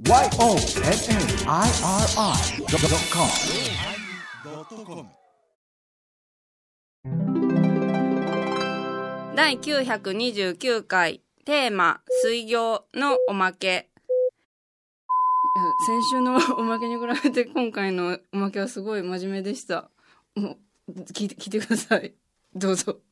YONNIRI.com 第929回テーマ水行のおまけ。先週のおまけに比べて今回のおまけはすごい真面目でした。もう聞いてください。どうぞ。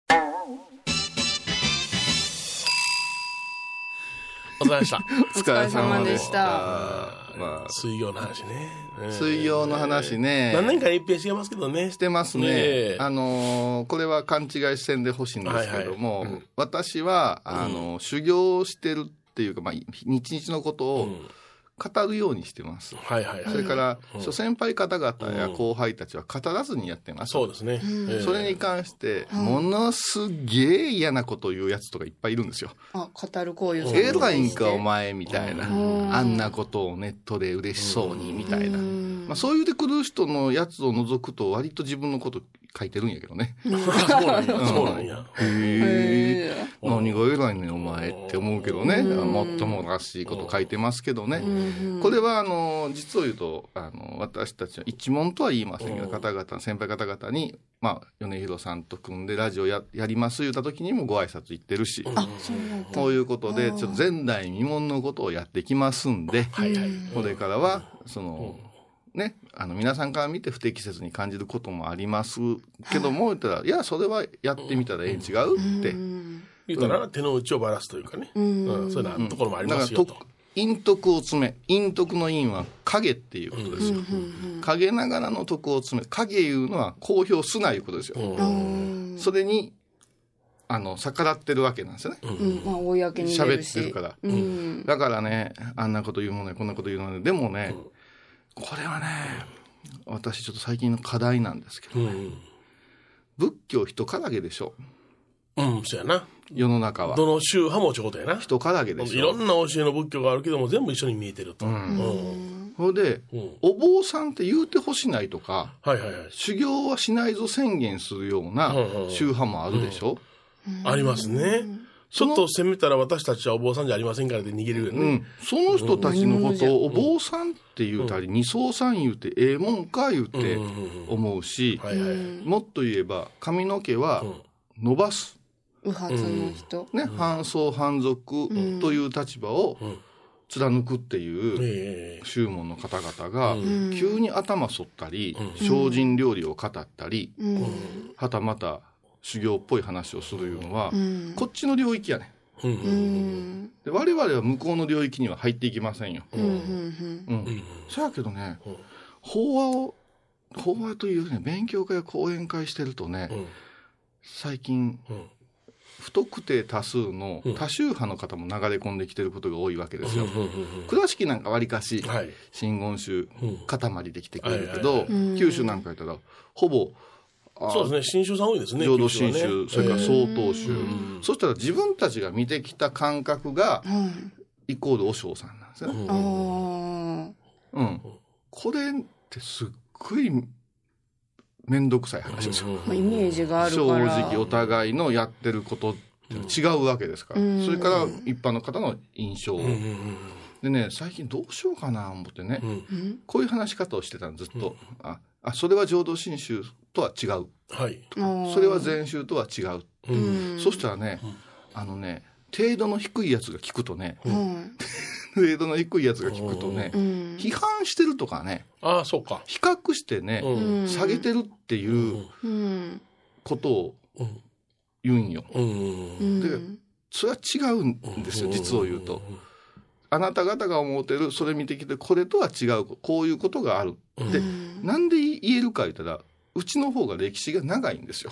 お疲れ様でした。 お疲れ様でした。 まあ、水行の話ね。 水行の話ね。 何年かに一遍してますけどね。 してますね。これは勘違いせんでほしいんですけども、私は修行してるっていうか、まあ、日々のことを語るようにしてます。それから、諸先輩方々や後輩たちは語らずにやってます。 そうですね。 それに関して、ものすげえ嫌なことを言うやつとかいっぱいいるんですよ。 語るこういうえらいんかお前みたいな。あんなことをネットで嬉しそうにみたいな。まあ、そう言うてくる人のやつを除くと割と自分のこと書いてるんやけどね。 そうなんや。 何が偉いねんお前って思うけどね。もっともらしいこと書いてますけどね。これは実を言うと私たちは一門とは言いませんけど、先輩方々に、まあ、米広さんと組んでラジオ やります言った時にもご挨拶行ってるし、こういうことでちょっと前代未聞のことをやってきますんで、これからはね、皆さんから見て不適切に感じることもありますけども、言ったら、いや、それはやってみたらええん違うって。 言ったら、手の内をばらすというかね。そういうなところもありますよと。 陰徳を詰め、陰徳の陰は影っていうことですよ。影ながらの徳を詰め、影いうのは公表すないうことですよ。それに、逆らってるわけなんですよね。 まあ、公に出るし。 喋ってるから。だからね、あんなこと言うもんね、こんなこと言うもんね。でもね、これはね、私ちょっと最近の課題なんですけどね、仏教人からげでしょ。 そうやな。 世の中は。 どの宗派もちょうどやな。 人からげでしょ。 いろんな教えの仏教があるけども、全部一緒に見えてると。 それで、お坊さんって言うてほしないとか、修行はしないぞ宣言するような宗派もあるでしょ。 ありますね。ちょっと攻めたら私たちはお坊さんじゃありませんからで逃げるよね。 その人たちのことをお坊さんって言うたり、二僧さん言うてええもんか言うて思うし、もっと言えば髪の毛は伸ばす。 右髪の人。 ね、半僧半俗という立場を貫くっていう宗門の方々が、急に頭反ったり、精進料理を語ったり、はたまた、修行っぽい話をするいうのは、こっちの領域やね。で我々は向こうの領域には入っていきませんよ。そやけどね、法話というね、勉強会や講演会してるとね、最近、不特定多数の多宗派の方も流れ込んできてることが多いわけですよ。倉敷なんかわりかし、真言宗塊できてくれるけど、九州なんかやったら、ほぼ、 そうですね、新宗さん多いですね。 浄土真宗、それから曹洞宗。そしたら自分たちが見てきた感覚が、イコール和尚さんなんですよね。これってすっごいめんどくさい話ですよ。 イメージがあるから。 正直お互いのやってることって違うわけですから。それから一般の方の印象を。でね、最近どうしようかな思ってね、こういう話し方をしてたのずっと。それは浄土真宗とは違う。それは禅宗とは違う。そしたらね、程度の低いやつが聞くとね、程度の低いやつが聞くとね、批判してるとかね、 そうか。 比較してね、下げてるっていうことを言うんよ。で、それは違うんですよ、実を言うと。あなた方が思ってる、それ見てきて、これとは違う、こういうことがある。で、なんで言えるか言ったら、うちの方が歴史が長いんですよ。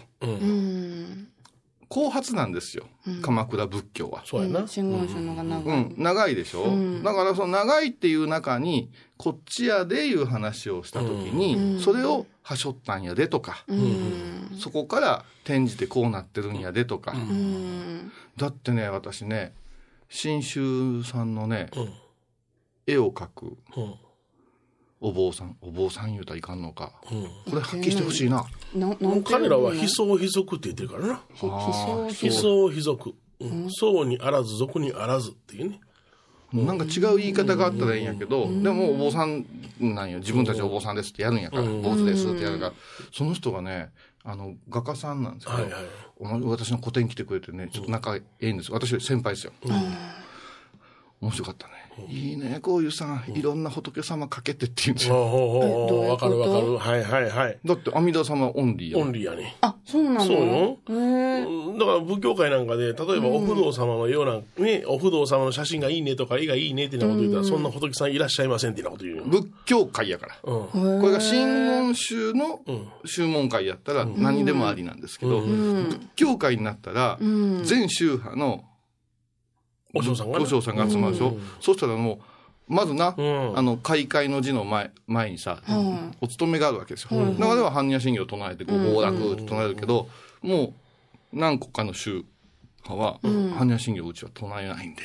後発なんですよ、鎌倉仏教は。 そうやな。 真言宗のが長い。 長いでしょ。だからその長いっていう中に、こっちやでいう話をしたときに、それをはしょったんやでとか、そこから転じてこうなってるんやでとか。だってね、私ね、真宗さんのね、絵を描くお坊さん言うたらいかんのか。これ発揮してほしいな。 彼らは非相非俗って言ってるからな。非相非俗。相にあらず俗にあらずっていうね。 なんか違う言い方があったらいいんやけど、でもお坊さんなんよ、自分たちお坊さんですってやるんやから、坊主ですってやるから、その人がね、画家さんなんですけど、私の個展来てくれてね、ちょっと仲いいんです。私先輩ですよ。面白かったね。いいね、こういうさ、いろんな仏様かけてって言うんですよ。 わかるわかる。はいはいはい。 だって阿弥陀様オンリーや。 オンリーやね。 あ、そうなの？ そうよ。だから仏教界なんかで、例えばお不動様のような、ね、お不動様の写真がいいねとか絵がいいねっていうようなこと言ったら、そんな仏さんいらっしゃいませんっていうようなこと言うよ。 仏教界やから。これが真言宗の宗門会やったら何でもありなんですけど、仏教界になったら、全宗派のお嬢さんが集まるでしょ。そうしたらもう、まずな、開会の字の前にさ、お勤めがあるわけですよ。中では般若心経を唱えて、暴落って唱えるけど、もう何個かの宗派は、般若心経をうちは唱えないんでって。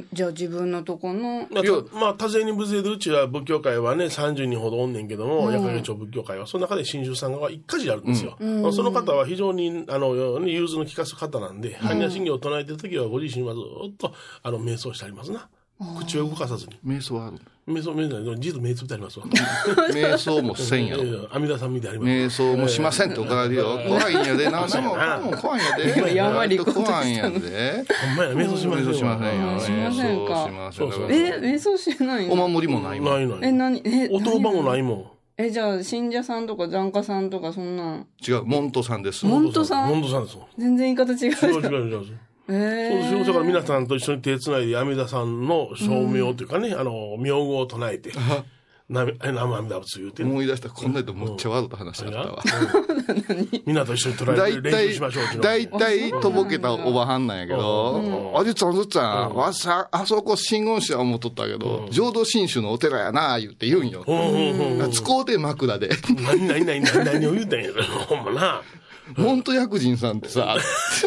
じゃあ自分のとこの。 まあ、多勢に無勢でうちは仏教界はね、30人ほどおんねんけども、薬学町仏教会は、その中で真宗さんが一家事あるんですよ。その方は非常に、融通の利かす方なんで、般若心経を唱えてるときは、ご自身はずっと、瞑想してありますな。口を動かさずに。 瞑想はある。 瞑想実瞑想ってありますわ。 瞑想もせんやろ。 阿弥陀さんみたいにあります。瞑想もしませんって怒られるよ。怖いんやで。何でも怖いんやで。 やまり怖いんやで。 ほんまや、瞑想しませんよ。 しませんよ。 しませんか。瞑想してないの？お守りもないもん。 ない。お当場もないもん。じゃあ、信者さんとか残家さんとかそんな。 違う、門徒さんです。 門徒さんです。 全然言い方違う。 違う。そうですよ。だから皆さんと一緒に手つないで阿弥陀さんの称名というかね、名号を唱えて、生阿弥陀仏言うて。 思い出した。こんなとむっちゃ悪い話だったわ。 皆と一緒に唱えて練習しましょう。 大体とぼけたおばはんなんやけど、あじつゃん、わしあそこ真言宗は思っとったけど、浄土真宗のお寺やな言って言うんよ。使うて枕で。 何を言うたんやろ、ほんまな。 門徒薬人さんってさ、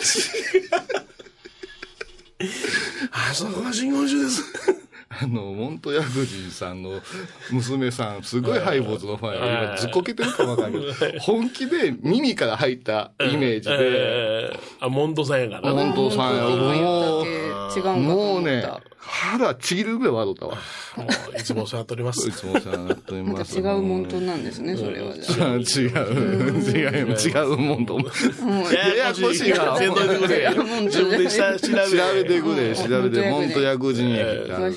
あそこが真言宗です。 門徒薬人さんの娘さん、すごいハイボーズのファンや。今、ずっこけてるかもわかんないけど、本気で耳から入ったイメージで。 門徒さんやからね。門徒さんや。もうね、 違腹ちぎるぐらい笑ったわ。 いつもお世話になっております。 いつもお世話になっております。 違う門徒なんですね、それは。 違う門徒。ややこしいわ。 自分で調べてくれ。 門徒薬人駅。だ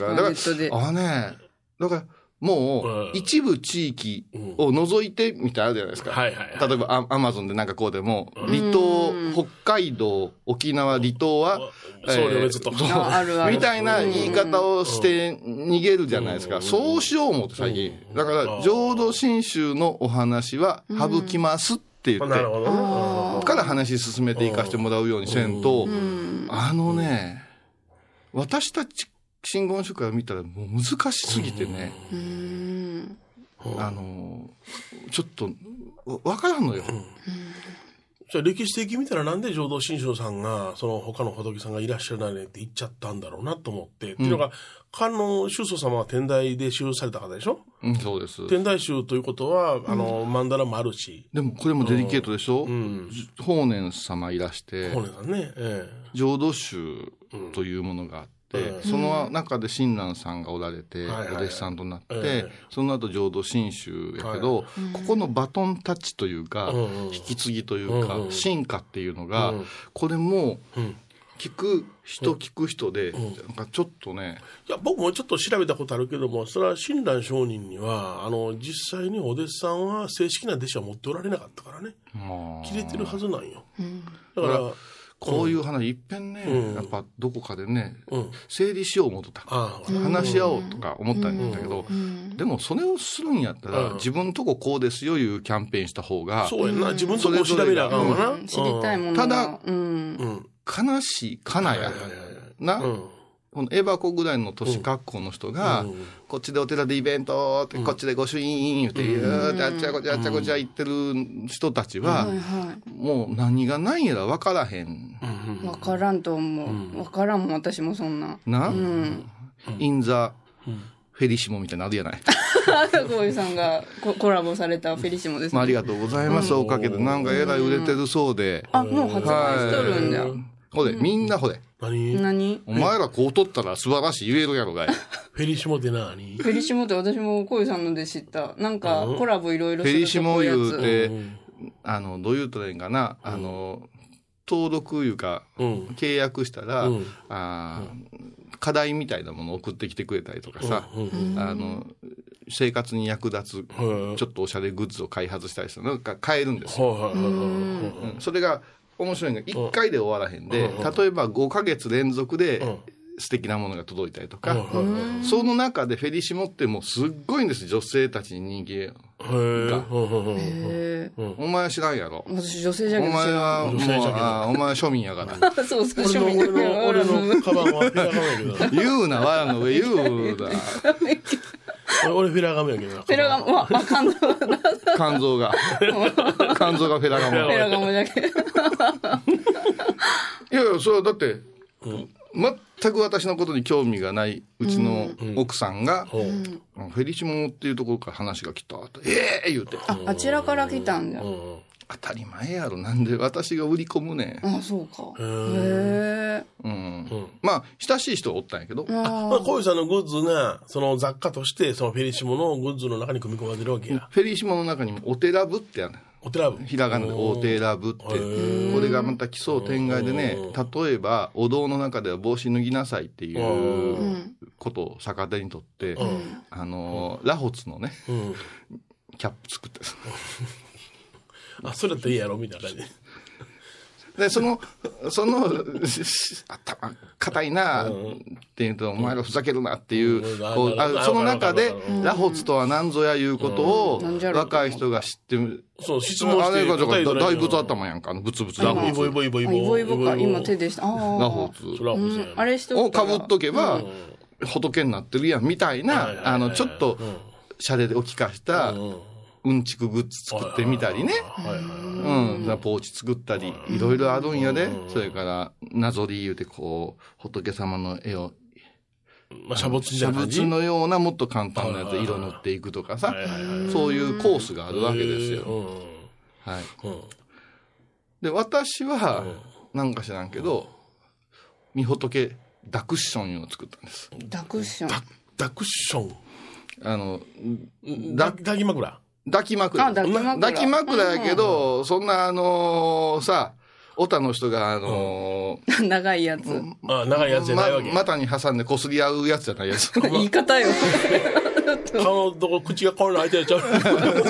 からもう一部地域を除いてみたいなあるじゃないですか。例えばアマゾンでなんかこうでも、離島、北海道、沖縄離島は、みたいな言い方をして逃げるじゃないですか。そうしよう思って最近。だから、浄土真宗のお話は省きますって言って、から話進めていかしてもらうようにせんと、私たち真言宗から見たらもう難しすぎてね、ちょっとわからんのよ。 じゃあ歴史的に見たらなんで浄土真宗さんがその他の仏さんがいらっしゃらないねって言っちゃったんだろうなと思って、っていうのが観音宗祖様は天台で修された方でしょ。 そうです。 天台宗ということは曼荼羅もあるし、 でもこれもデリケートでしょ。法然様いらして、 法然さんね、 浄土宗というものがあって、その中で親鸞さんがおられて、お弟子さんとなって、その後浄土真宗やけど、ここのバトンタッチというか、引き継ぎというか、進化っていうのが、これも、聞く人で、なんかちょっとね。 いや、僕もちょっと調べたことあるけども、それは親鸞上人には、実際にお弟子さんは正式な弟子は持っておられなかったからね。切れてるはずなんよ。だから、 こういう話いっぺんね、やっぱどこかでね、整理しよう思っとった。話し合おうとか思ったんだけど、でもそれをするんやったら、自分とここうですよいうキャンペーンした方が、 そうやな、自分とこ調べなあかんわな。 知りたいものただ、悲しいかなや。な。このエバコぐらいの年格好の人が、こっちでお寺でイベントって、こっちで御朱印って言うて、あっちゃこちゃあっちゃこちゃ言ってる人たちは、もう何が何やら分からへん。 分からんと思う。分からんもん、私もそんな。 な、インザ、フェリシモみたいなのあるやない。 こういうさんがコラボされたフェリシモですね。 ありがとうございます。おかげでなんかえらい売れてるそうで。 もう発売しとるんだ。 ほれ、みんなほれ。 何お前らこう取ったら素晴らしい言えるやろがい。 フェリシモって何？ フェリシモって私も小遊さんので知った。なんかコラボいろいろフェリシモ言うて、 うん、 どう言うとらいいんかな、登録いうか、契約したら、課題みたいなものを送ってきてくれたりとかさ、生活に役立つ、ちょっとおしゃれグッズを開発したりするのが買えるんですよ。それが面白いのが1回で終わらへんで、例えば5ヶ月連続で素敵なものが届いたりとか、その中でフェリシモってもうすっごいんです、女性たちに人気が。お前は知らんやろ。 私女性じゃけどお前はもう、お前は庶民やから。 そうそう、庶民だから。 俺のカバンはフィラガメやけど。 言うな、わらの上言うな。 俺フィラガメやけどな。 フィラガメ、 肝臓がフィラガメ。 フィラガメだけ。 いやいや、それはだって、全く私のことに興味がないうちの奥さんが、フェリシモっていうところから話が来たと、言うて。 あちらから来たんじゃ。 当たり前やろ。なんで私が売り込むねん。 あ、そうか。へえ。まあ、親しい人はおったんやけど。 小遊さんのグッズが、その雑貨として、そのフェリシモのグッズの中に組み込まれてるわけや。 フェリシモの中にもお寺部ってある。 お寺部。 ひらがなでお寺部って。これがまた奇想天外でね、例えば、お堂の中では帽子脱ぎなさいっていうことを逆手にとって、ラホツのね、キャップ作ってあ、それだったらいいやろみたいな感じで、その頭硬いなっていうと、お前らふざけるなっていう、その中でラホツとは何ぞやいうことを若い人が知ってる。 そう、質問して大仏頭やんか、ブツブツラホツ。 イボイボイボイボ。 イボイボか、今手でした。 ラホツ。 あれしとをかぶっとけば、仏になってるやんみたいな、ちょっとシャレで置き換したうんちくグッズ作ってみたりね。ポーチ作ったり、いろいろあるんやで。それから、なぞり言うてこう、仏様の絵を、 写仏のようなもっと簡単なやつで色塗っていくとかさ、そういうコースがあるわけですよ。はい。で、私は、なんか知らんけど、みほとけダクッションを作ったんです。 ダクッション。 ダクッション。 抱き枕。 抱き枕。抱き枕やけど、そんなさ、オタの人が長いやつ。 長いやつじゃないわけ。 股に挟んで擦り合うやつじゃないやつ。 言い方よ。 顔のとこ口がこんな開いてるちゃう。 それ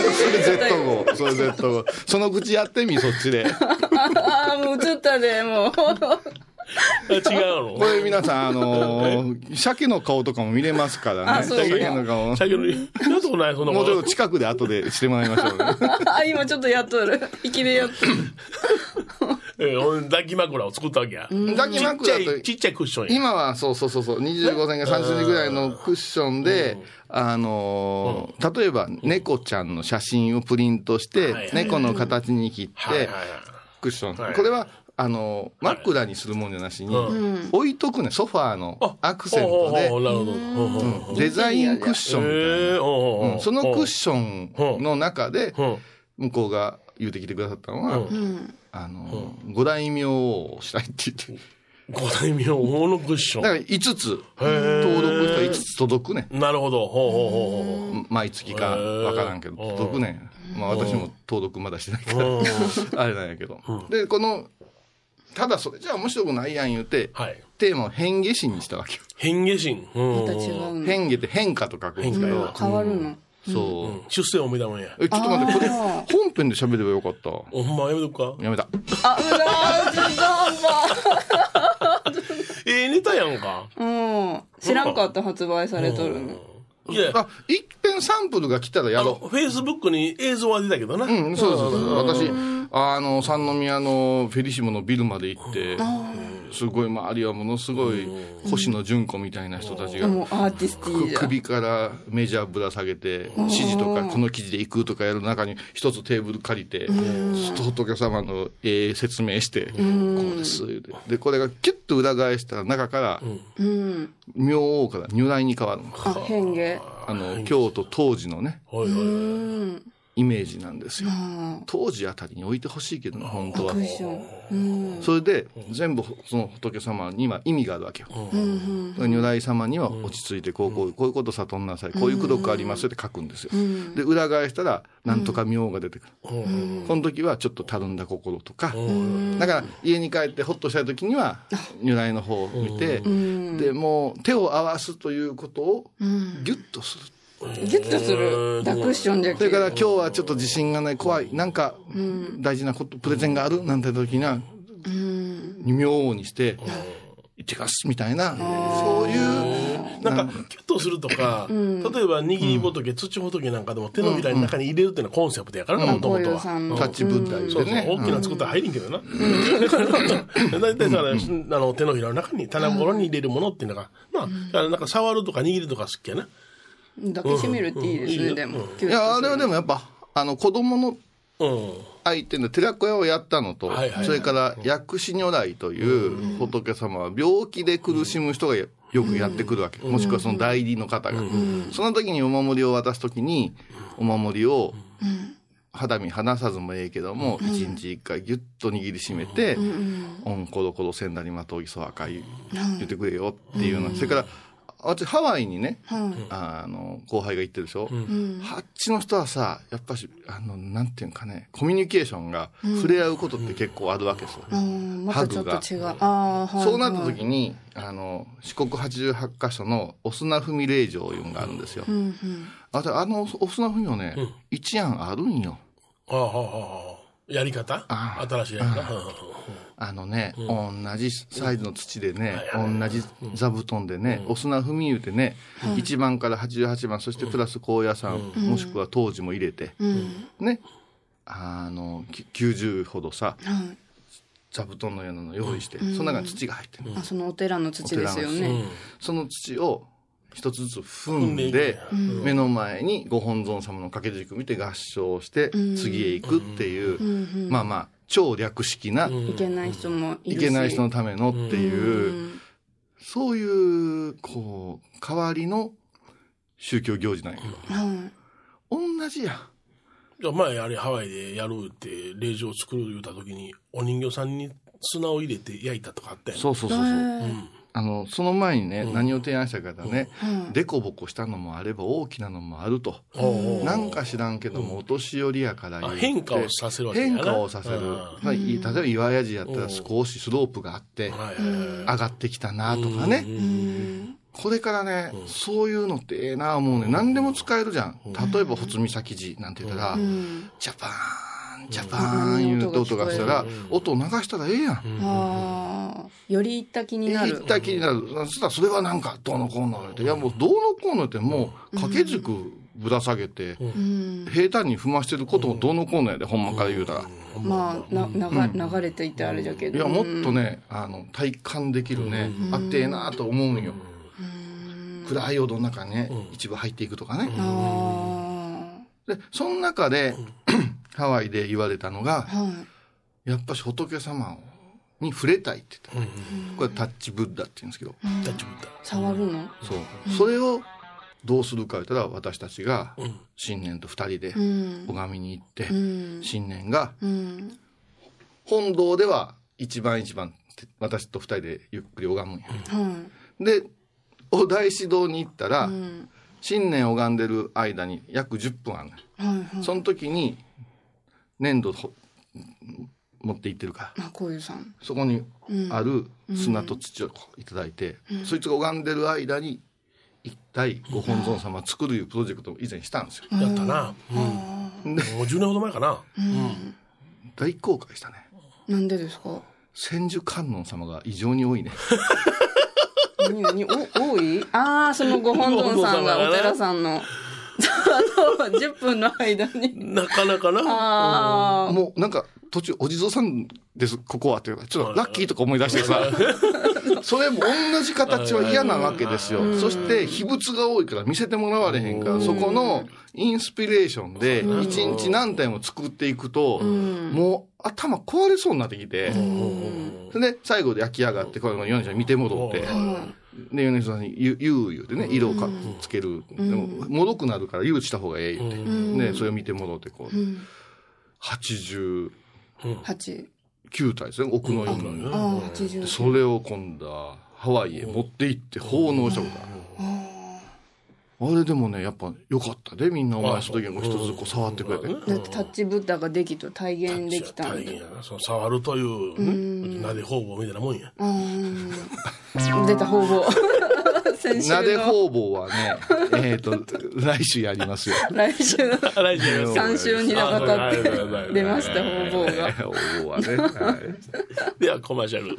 Z 号。それ Z 号。その口やってみ、そっちで。 もう映ったで、もう。 違うのこれ皆さん、鮭の顔とかも見れますからね。鮭の顔。 鮭の、やったことない、そんなもうちょっと近くで後でしてもらいましょうね。 今ちょっとやっとる。引きでやっとる。抱き枕を作ったわけや。 抱き枕ってちっちゃいクッションや。 今はそう、25センか30センぐらいのクッションで、例えば猫ちゃんの写真をプリントして、猫の形に切って、クッション。これは、枕にするもんじゃなしに、置いとくね、ソファーのアクセントで、デザインクッションみたいな。そのクッションの中で、向こうが言うてきてくださったのは、五大名をしたいって言って。 五大名のクッション。 だから5つ、登録したら5つ届くね。 なるほど。 毎月かわからんけど、届くね。まあ私も登録まだしてないから、あれなんやけど。で、ただそれじゃ面白くないやん言うて、テーマを変化心にしたわけよ。 変化心。 また違うの。 変化って変化と書くんですけど。 変わるの。 そう。出世を思い出もんや。 ちょっと待って、これ、本編で喋ればよかった。 ほんまやめとくか？ やめた。 ネタやんか。 知らんかった発売されとるの。 一遍サンプルが来たらやろう。 フェイスブックに映像は出たけどな。 そう私、三宮のフェリシモのビルまで行って、すごい周りはものすごい星野純子みたいな人たちが、 もうアーティスティーじゃん。 首からメジャーぶら下げて、指示とかこの記事で行くとかやる中に一つテーブル借りて、仏様の説明して、こうです。で、これがキュッと裏返したら中から、明王から如来に変わるの。 変化。 京都当時のね、 イメージなんですよ。当時あたりに置いてほしいけどね、本当は。それで全部その仏様には意味があるわけよ。如来様には落ち着いてこういうこと悟んなさい、こういう功徳ありますよって書くんですよ。で裏返したらなんとか妙が出てくる。この時はちょっとたるんだ心とか、だから家に帰ってほっとした時には如来の方を見て、でもう手を合わすということをギュッとする。 ギュッとするダクッションじゃけ。 それから今日はちょっと自信がない、怖い、なんか大事なこと、プレゼンがあるなんて時には妙にして行ってきますみたいな、そういうなんかキュッとするとか、例えば握り仏、土仏なんかでも手のひらの中に入れるっていうのはコンセプトやからな、もともとは。 タッチブッダそうそう、大きな作ったら入りんけどな。大体だから手のひらの中に棚心に入れるものっていうのが、なんか触るとか握るとか好きやな。 抱きしめるっていいですね、でも。 いや、あれはでもやっぱ子供の相手の寺子屋をやったのと、それから薬師如来という仏様は病気で苦しむ人がよくやってくるわけ、もしくはその代理の方が、その時にお守りを渡す時にお守りを肌身離さずもええけども、一日一回ギュッと握りしめて「オンコロコロせんだりまといそ赤い言ってくれよ」っていうの、それから私ハワイにね、後輩が行ってるでしょ、あっちの人はさ、やっぱしなんていうんかね、コミュニケーションが触れ合うことって結構あるわけですよ、 ハグが。 そうなった時に四国88カ所のお砂踏み霊場いうのがあるんですよ。お砂踏みをね、一案あるんよ。 やり方、新しいやり方。 同じサイズの土でね、同じ座布団でね、お砂踏み言うてね、1番から88番、そしてプラス高野山、もしくは当時も入れて、ね、90ほどさ、座布団のようなのを用意して、その中に土が入ってる。 そのお寺の土ですよね。 その土を一つずつ踏んで、目の前にご本尊様の掛け軸見て合掌して、次へ行くっていう、まあまあ、超略式な、 いけない人もいるし、 いけない人のためのっていう、そういう、こう、代わりの宗教行事なんやけど、同じや。 じゃあ前あれハワイでやるって霊場を作る言うた時にお人形さんに砂を入れて焼いたとかあったよね。 そう。その前にね、何を提案したかだね、デコボコしたのもあれば大きなのもあると。なんか知らんけども、お年寄りやから言うて変化をさせるわけやな。 変化をさせる。例えば岩屋寺やったら少しスロープがあって、上がってきたなとかね。これからね、そういうのってええな思うね。何でも使えるじゃん。例えば、穂積寺なんて言ったら、ジャパーン言うて音がしたら、音を流したらええやん。 より行った気になる。 行った気になる。そしたらそれはなんかどうのこうのって、いやもうどうのこうのってもう掛け軸ぶら下げて、平坦に踏ましてることもどうのこうのやで、ほんまから言うたら。 まあ流れていてあれだけど。 いやもっとね、体感できるね、あってええなと思うんよ。暗いお堂の中にね、一部入っていくとかね。で、その中で、ハワイで言われたのが、やっぱし仏様に触れたいって言った。これタッチブッダって言うんですけど。 タッチブッダ。 触るの？ そう。それをどうするか言ったら、私たちが新年と二人で拝みに行って、新年が、本堂では一番私と二人でゆっくり拝むんや。で、お大師堂に行ったら、新年拝んでる間に約10分あるね。その時に粘土持って行ってるから、 こういうさんそこにある砂と土をいただいて、そいつが拝んでる間に一体ご本尊様作るいうプロジェクトを以前したんですよ。 やったな。もう10年ほど前かな。 大公開したね。 なんでですか？ 千手観音様が異常に多いね。 多い？そのご本尊さんがお寺さんの10分の間になかなかな。 もうなんか途中お地蔵さんですここはっていうかちょっとラッキーとか思い出してさそれも同じ形は嫌なわけですよ。そして秘仏が多いから見せてもらわれへんから、そこのインスピレーションで一日何体も作っていくともう頭壊れそうになってきて、で最後で焼き上がってこれのヨネちゃん見て戻ってで米広さんに言うてね、色をつける、でももろくなるから色した方がええ言うて、ね、それを見てもろってこう、89体ですね、奥の院の、それを今度はハワイへ持って行って奉納したことある。あれでもね、やっぱ良かったで、みんなお前その時は一つずつこう触ってくれて。 だってタッチブッダができと体現できたんで。 体現やな。その触るという、なで方々みたいなもんや。 出た方々。先週のなで方々はね、来週やりますよ。 来週3週になかって出ました、方々が。 方々はね。はい、 では、コマーシャル。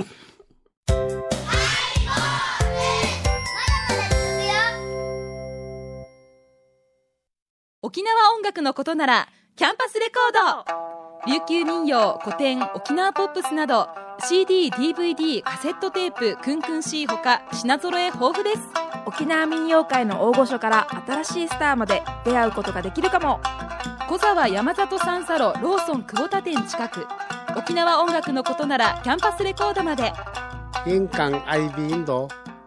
沖縄音楽のことならキャンパスレコード、琉球民謡、古典、沖縄ポップスなど CD、DVD、カセットテープ、クンクン C ほか品揃え豊富です。 沖縄民謡界の大御所から新しいスターまで出会うことができるかも。小沢山里三佐路ローソン久保田店近く。沖縄音楽のことならキャンパスレコードまで。 印港 IB 印度。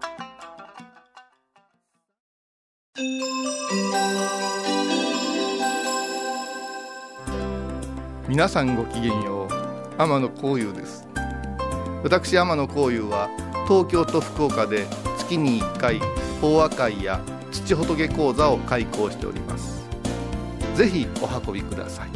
皆さんごきげんよう。天野幸雄です。私天野幸雄は東京と福岡で月に1回法話会や土仏講座を開講しております。ぜひお運びください。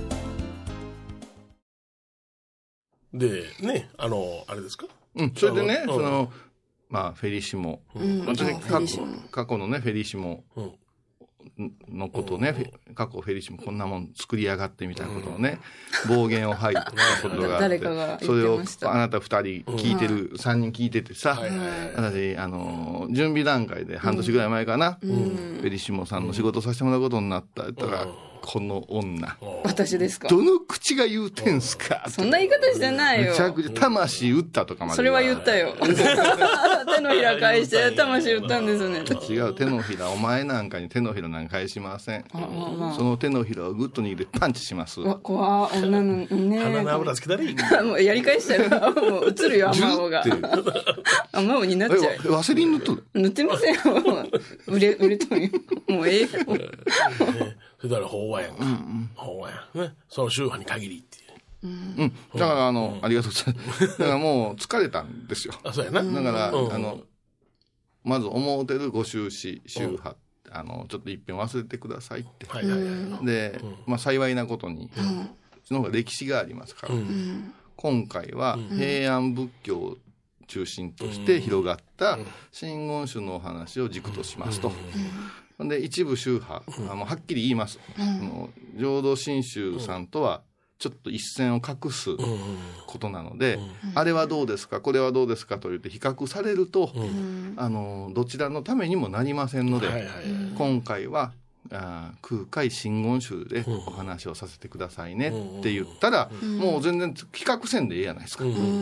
でね、あれですか、 それでね、そのまあフェリシモ、私過去のねフェリシモのことをね、過去フェリシモこんなもん作りやがってみたいなことをね、暴言を吐いたことがあって、それをあなた2人聞いてる、3人聞いててさ、私準備段階で半年ぐらい前かな、フェリシモさんの仕事させてもらうことになったったら、この女、 私ですか、 どの口が言うてんすか、 そんな言い方してないよ。 めちゃくちゃ魂打ったとかまで。 それは言ったよ。手のひら返して魂打ったんですね。 違う、手のひら、お前なんかに手のひらなんか返しません。その手のひらをグッと握ってパンチします。 怖い女のね。 鼻の油つけたらいい。 もうやり返したらもう映るよ、アマオが。アマオになっちゃう。 ワセリン塗っとる？ 塗ってませんよ。売れとんよ。もうええよ。 それだから法話やんか。法話やん。ね。その宗派に限りっていう。 だからありがとうございます。だからもう疲れたんですよ。 あ、そうやな。 だからまず思うてるご宗師宗派、ちょっと一遍忘れてくださいって。で、まあ幸いなことに、その方が歴史がありますから、今回は平安仏教を中心として広がった真言宗のお話を軸としますと。で一部宗派、はっきり言います、浄土真宗さんとはちょっと一線を画すことなので、あれはどうですかこれはどうですかと言って比較されると、どちらのためにもなりませんので、今回は空海真言宗でお話をさせてくださいねって言ったら、もう全然比較せんでいいじゃないですか。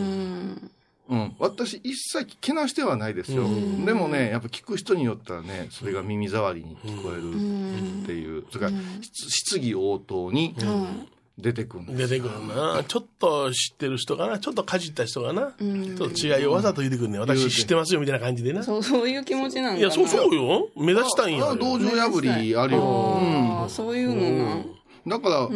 私一切けなしてはないですよ。でもね、やっぱ聞く人によったらね、それが耳障りに聞こえるっていう、それから質疑応答に出てくるんです。 出てくるな。ちょっと知ってる人がな、ちょっとかじった人がな、ちょっと違いをわざと言ってくるね。私知ってますよみたいな感じでな。 そういう気持ちなんだ。 いや、そうよ。目指したいんや。 道場破りあるよ。 そういうのな。だから、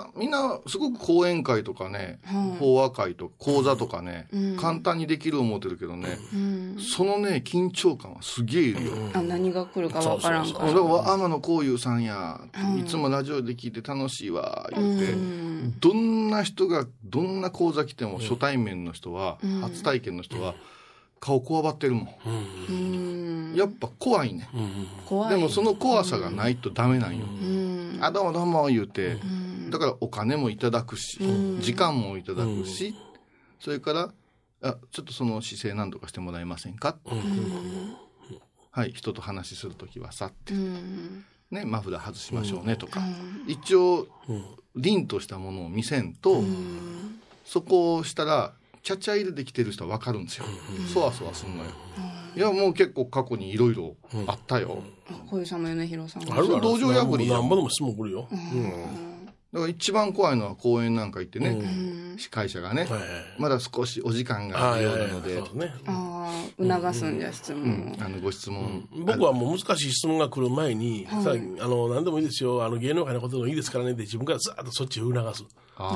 みんなすごく講演会とかね、法話会とか講座とかね、簡単にできる思ってるけどね、そのね緊張感はすげえいるよ。 何が来るかわからんから。 だから天野幸雄さんや、いつもラジオで聞いて楽しいわ言って、どんな人がどんな講座来ても初対面の人は、初体験の人は顔こわばってるもん。やっぱ怖いね。でもその怖さがないとダメなんよ。あ、どうもどうも言うて、だからお金もいただくし、時間もいただくし、それからちょっとその姿勢何とかしてもらえませんか、はい、人と話するときはさって、ね、マフラー外しましょうねとか、一応凛としたものを見せんと、そこをしたらちゃちゃ入れできてる人は分かるんですよ。そわそわすんのよ。いや、もう結構過去にいろいろあったよ。 小遊さんも米広さんも。 ある道場破りやん。 何ぼでも質問来るよ。 だから一番怖いのは公園なんか行ってね、司会者がね、まだ少しお時間があるようなので、 促すんじゃ質問を、 ご質問、 僕はもう難しい質問が来る前に、さ何でもいいですよ、芸能界のことでもいいですからねって自分からずっとそっちを促す。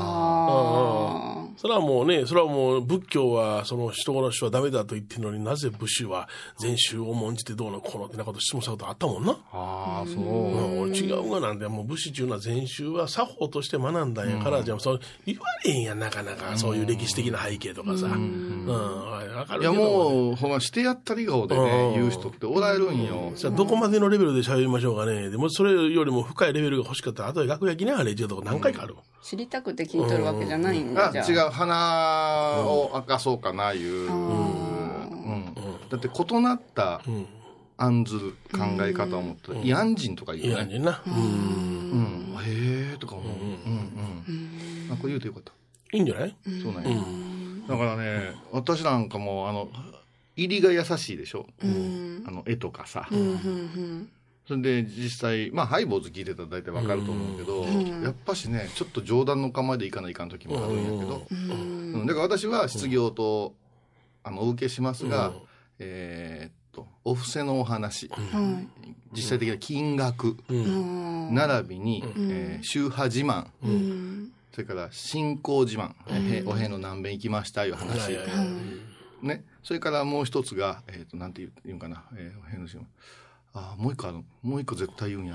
それはもうね、それはもう仏教はその人殺しはダメだと言ってるのに、なぜ武士は禅宗を重んじてどうのこうのってなこと質問したことあったもんな。俺違うがなんで、もう武士っていうのは禅宗は作法として学んだんやから、じゃあそう言われへんやん、なかなかそういう歴史的な背景とかさ。 いやもうほんましてやったり顔でね言う人っておられるんよ。 じゃあどこまでのレベルで喋りましょうかね。でもそれよりも深いレベルが欲しかったら、あとで楽屋来ねあれっていうとこ何回かある。 知りたくて聞いとるわけじゃないんだ。 違う、鼻を明かそうかないう、だって異なった案ずる考え方を持ったら慰安人とか言うね。 慰安人な。 へえとか思う。これ言うとよかった。 いいんじゃない？ そうなんや。だからね、私なんかも入りが優しいでしょ。絵とかさ。それで実際ハイボーズ聞いてたら大体わかると思うけど、やっぱしねちょっと冗談の構えでいかないかん時もあるんやけど、だから私は質疑応答お受けしますが、お布施のお話、実際的な金額、並びに、宗派自慢、それから信仰自慢、お遍路何遍行きましたいう話、ね、それからもう一つが、なんて言うんかな、お遍路自慢、もう一個ある、もう一個絶対言うんや、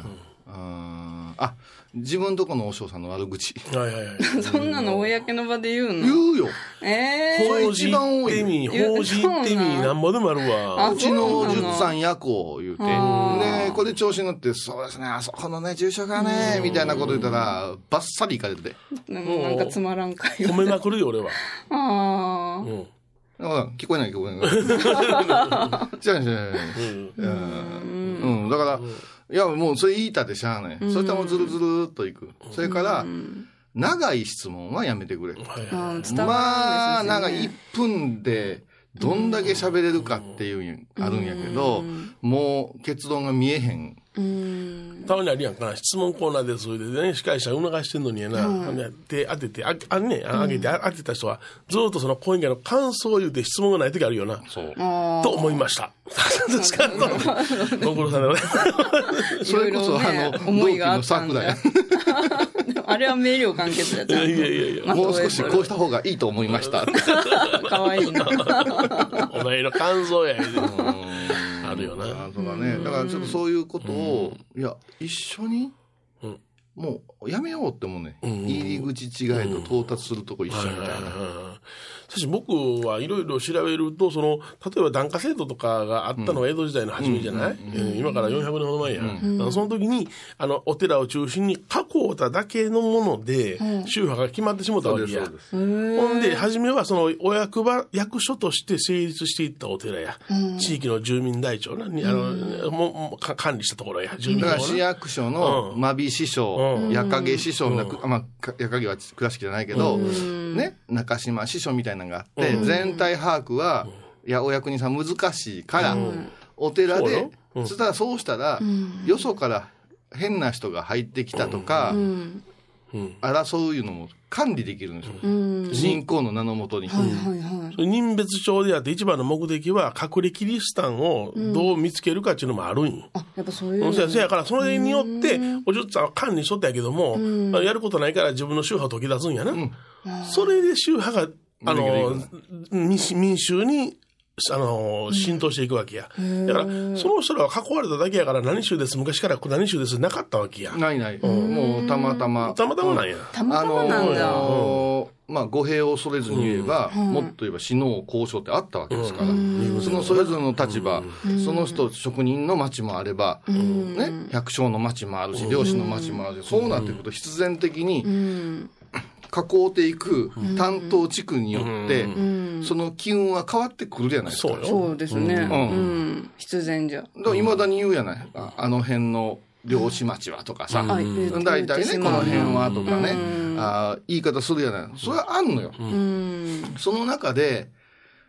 自分とこの和尚さんの悪口、 そんなの公の場で言うの？ 言うよ。 法事行ってみ、法事行ってみ、なんぼでもあるわ。 うちの十さん夜行言うて、でこれで調子に乗って、そうですね、あそこのね住所がねみたいなこと言ったらバッサリいかれて、 なんかつまらんかよ。 褒めまくるよ俺は。 聞こえない聞こえない。だからいやもうそれ言いたでしゃあない。それともずるずるっといく。それから長い質問はやめてくれ。長い1分でどんだけ喋れるかっていうあるんやけど、もう結論が見えへん。 たまにあるやんかな、質問コーナーでそれでね、司会者促してんのにやな、手当てて上げて当てた人はずっとその講演会の感想を言うて質問がない時あるよな。と思いました。ですかとご苦労さんでございます。 それこそ思いがあったんだ。 同期の桜や。 あれは明瞭簡潔やった。 もう少しこうした方がいいと思いました。 かわいいな。 お前の感想や。あるよな。 そうだね。だからちょっとそういうことを、いや一緒にもうやめようってもね、入り口違いと到達するとこ一緒みたいな。 しかし僕はいろいろ調べると、例えば檀家制度とかがあったのは江戸時代の初めじゃない、今から400年ほど前や、その時にお寺を中心に囲うただけのもので宗派が決まってしまったわけや。ほんで初めはそのお役場役所として成立していったお寺や、地域の住民台帳な管理したところや、住民だから市役所の間火師匠、矢影師匠、矢影は倉敷じゃないけど、ね、中島師匠みたいなのがあって、全体把握は、お役人さん難しいから、お寺で、そうしたら、よそから変な人が入ってきたとか、争ういうのも管理できるんですよ。信仰の名のもとに。 人別帳であって一番の目的は隠れキリシタンをどう見つけるかっていうのもあるんよ。 やっぱそういう。 そやからそれによっておじゅっちゃんは管理しとったんやけども、やることないから自分の宗派を解き出すんやな。それで宗派が民衆に浸透していくわけや。だからその人らは囲われただけやから、何宗です、昔から何宗ですなかったわけや。 ない、もうたまたまなんや。 たまたまなんだ。 語弊を恐れずに言えば、もっと言えば死の交渉ってあったわけですから、そのそれぞれの立場、その人職人の町もあれば、ね、百姓の町もあるし、漁師の町もあるし、そうなってくると必然的に囲っていく担当地区によってその機運は変わってくるじゃないですか。 そうですね。必然じゃ。 いまだに言うやない。あの辺の漁師町はとかさ、大体ねこの辺はとかね、言い方するやない。それはあんのよ。その中で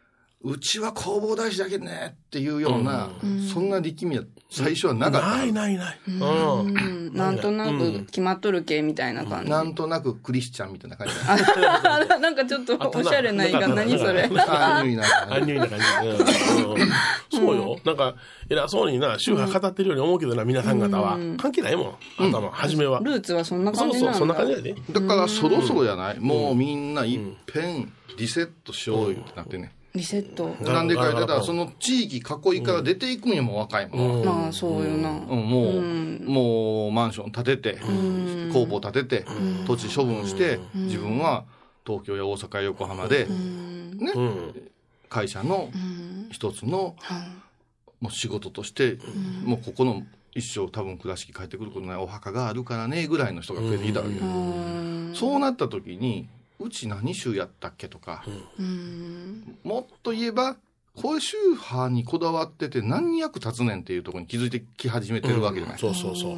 うちは弘法大師だけねっていうような、そんな力みは最初はなかった。 ない。 なんとなく決まっとる系みたいな感じ。 なんとなくクリスチャンみたいな感じ。 なんかちょっとおしゃれな言い方、何それ。 アンニュイな感じ。そうよ。なんか、偉そうにな、宗派語ってるように思うけどな、皆さん方は。関係ないもん。頭、初めは。 ルーツはそんな感じなんだ。 そう、そんな感じやで。 だからそろそろやない。もうみんないっぺんリセットしようよってなってね。 リセット。 なんでか言ったら、その地域囲いから出ていくんやもん、若いもん。 まあ、そうよな。 もうマンション建てて、工房建てて、土地処分して、自分は東京や大阪や横浜で、ね、会社の一つの、もう仕事として、もうここの一生多分倉敷帰ってくることないお墓があるからね、ぐらいの人が増えてきたわけよ。そうなった時に、うち何宗やったっけとか、もっと言えばこういう宗派にこだわってて何に役立つねんっていうところに気づいてき始めてるわけじゃない。 そう、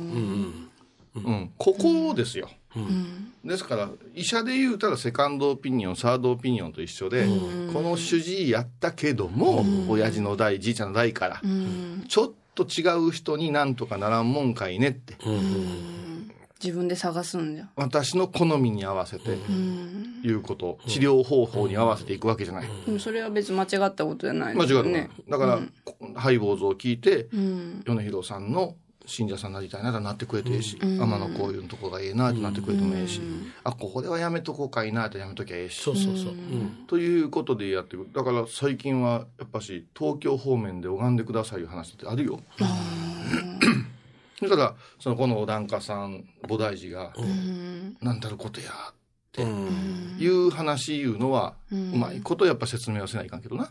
ここですよ。ですから医者で言うたらセカンドオピニオンサードオピニオンと一緒で、この主治医やったけども、親父の代じいちゃんの代から、ちょっと違う人になんとかならんもんかいねって、 自分で探すんじゃ。 私の好みに合わせていうこと、治療方法に合わせていくわけじゃない。 でもそれは別に間違ったことじゃないですよね。間違った。だから、ハイボーズを聞いて、米広さんの信者さんになりたいならなってくれていいし、天野こういうとこがええなってなってくれてもええし、ここではやめとこうかいなってやめときゃええし。ということでやっていく。だから最近はやっぱし東京方面で拝んでくださいいう話ってあるよ。だからそのこのお檀家さん菩提寺が何たることやっていう話いうのはうまいことやっぱ説明はせないかんけどな。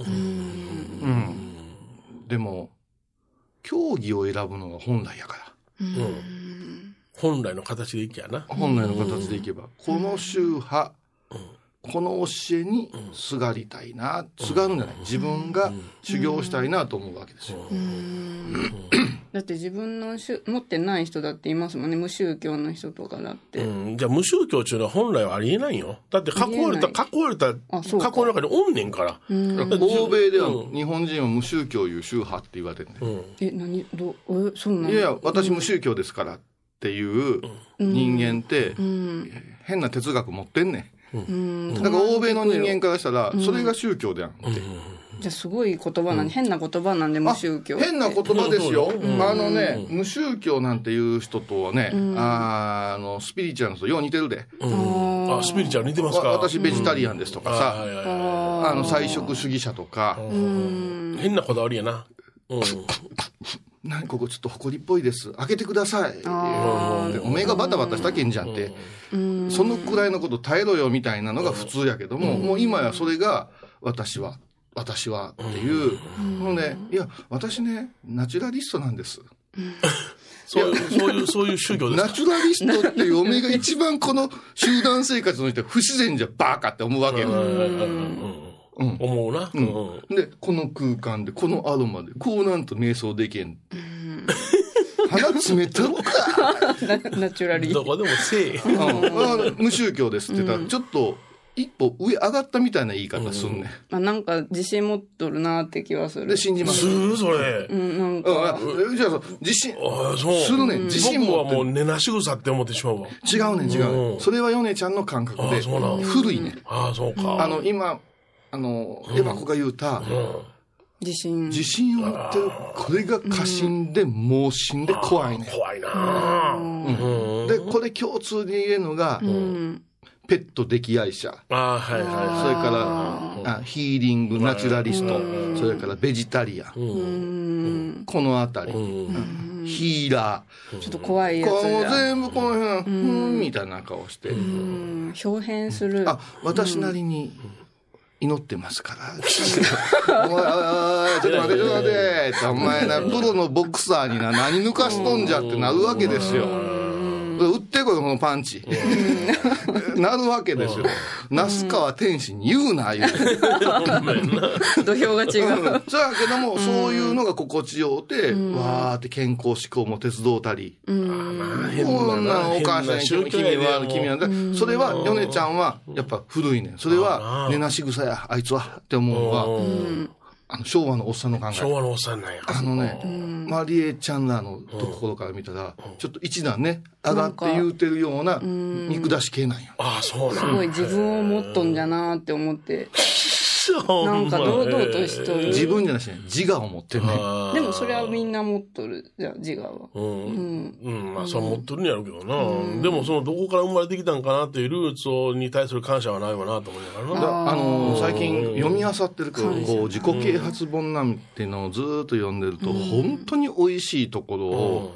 でも教義を選ぶのが本来やから、 本来の形でいけやな。 本来の形でいけば、この宗派、この教えにすがりたいな、すがるんじゃない、自分が修行したいなと思うわけですよ。 だって自分の持ってない人だっていますもんね、無宗教の人とかだって。 じゃあ無宗教っていうのは本来はありえないよ。だって囲われた囲の中におんねんから。 欧米では日本人は無宗教いう宗派って言われてるね。 そうなの？ いや私無宗教ですからっていう人間って変な哲学持ってんねん。だから欧米の人間からしたらそれが宗教であんって。 じゃあすごい言葉なんで、変な言葉なんで無宗教。 変な言葉ですよ。無宗教なんていう人とはね、スピリチュアルの人よう似てるで。 スピリチュアル似てますか？ 私ベジタリアンですとかさ、菜食主義者とか。 変なこだわりやな。 何ここちょっと埃っぽいです。開けてください。おめえがバタバタしたけんじゃんって。そのくらいのこと耐えろよみたいなのが普通やけども、もう今やそれが私はっていうので、いや私ねナチュラリストなんです。 そういう宗教ですか？ ナチュラリストっていうおめえが一番この集団生活の人は不自然じゃバーカって思うわけよ。 思うな。 でこの空間でこのアロマでこうなんと瞑想できん。鼻詰めたろか。 ナチュラリー。 どこでもせえ。 無宗教ですって言ったらちょっと一歩上上がったみたいな言い方すんね。 なんか自信持っとるなって気はする。 で信じます。 するそれ。 なんか。 じゃあ自信するねん。自信僕はもう根なし草って思ってしまうわ。 違うねん。それは米ちゃんの感覚で古いねん。 そうか。 今エヴァ子が言うた。 自信を持ってる。これが過信で盲信で怖いね。 怖いな。 でこれ共通で言えるのがペット溺愛者、それからヒーリングナチュラリスト、それからベジタリアン、このあたり、ヒーラー、ちょっと怖いやつだ。全部この辺みたいな顔して表変する。 私なりに祈ってますから。お前、ちょっと待て。お前な、プロのボクサーに何抜かしとんじゃってなるわけですよ。打ってこい、このパンチ。なるわけですよ。那須川天心に言うな、言う。 土俵が違う。 そうやけども、そういうのが心地ようて、わーって健康志向も鉄道たり。こんなお母さんに君は、それは、米ちゃんは、やっぱ古いねん。それは、根なし草や、あいつは、って思うのは、 昭和のおっさんの考え。 昭和のおっさんなんや。 マリエちゃんらのところから見たら、ちょっと一段ね、上がって言うてるような見下し系なんや。 ああ、そうなんすごい自分を持っとんじゃなーって思って。なんか堂々としとる。 自分じゃなしね、自我を持ってるね。 でもそれはみんな持っとるじゃん、自我は。 まあ、それ持っとるんやろうけどな。でも、その、どこから生まれてきたんかなっていうルーツに対する感謝はないわなと思いながらな。 最近読み漁ってるけど、こう、自己啓発本なんていうのをずーっと読んでると、本当に美味しいところを、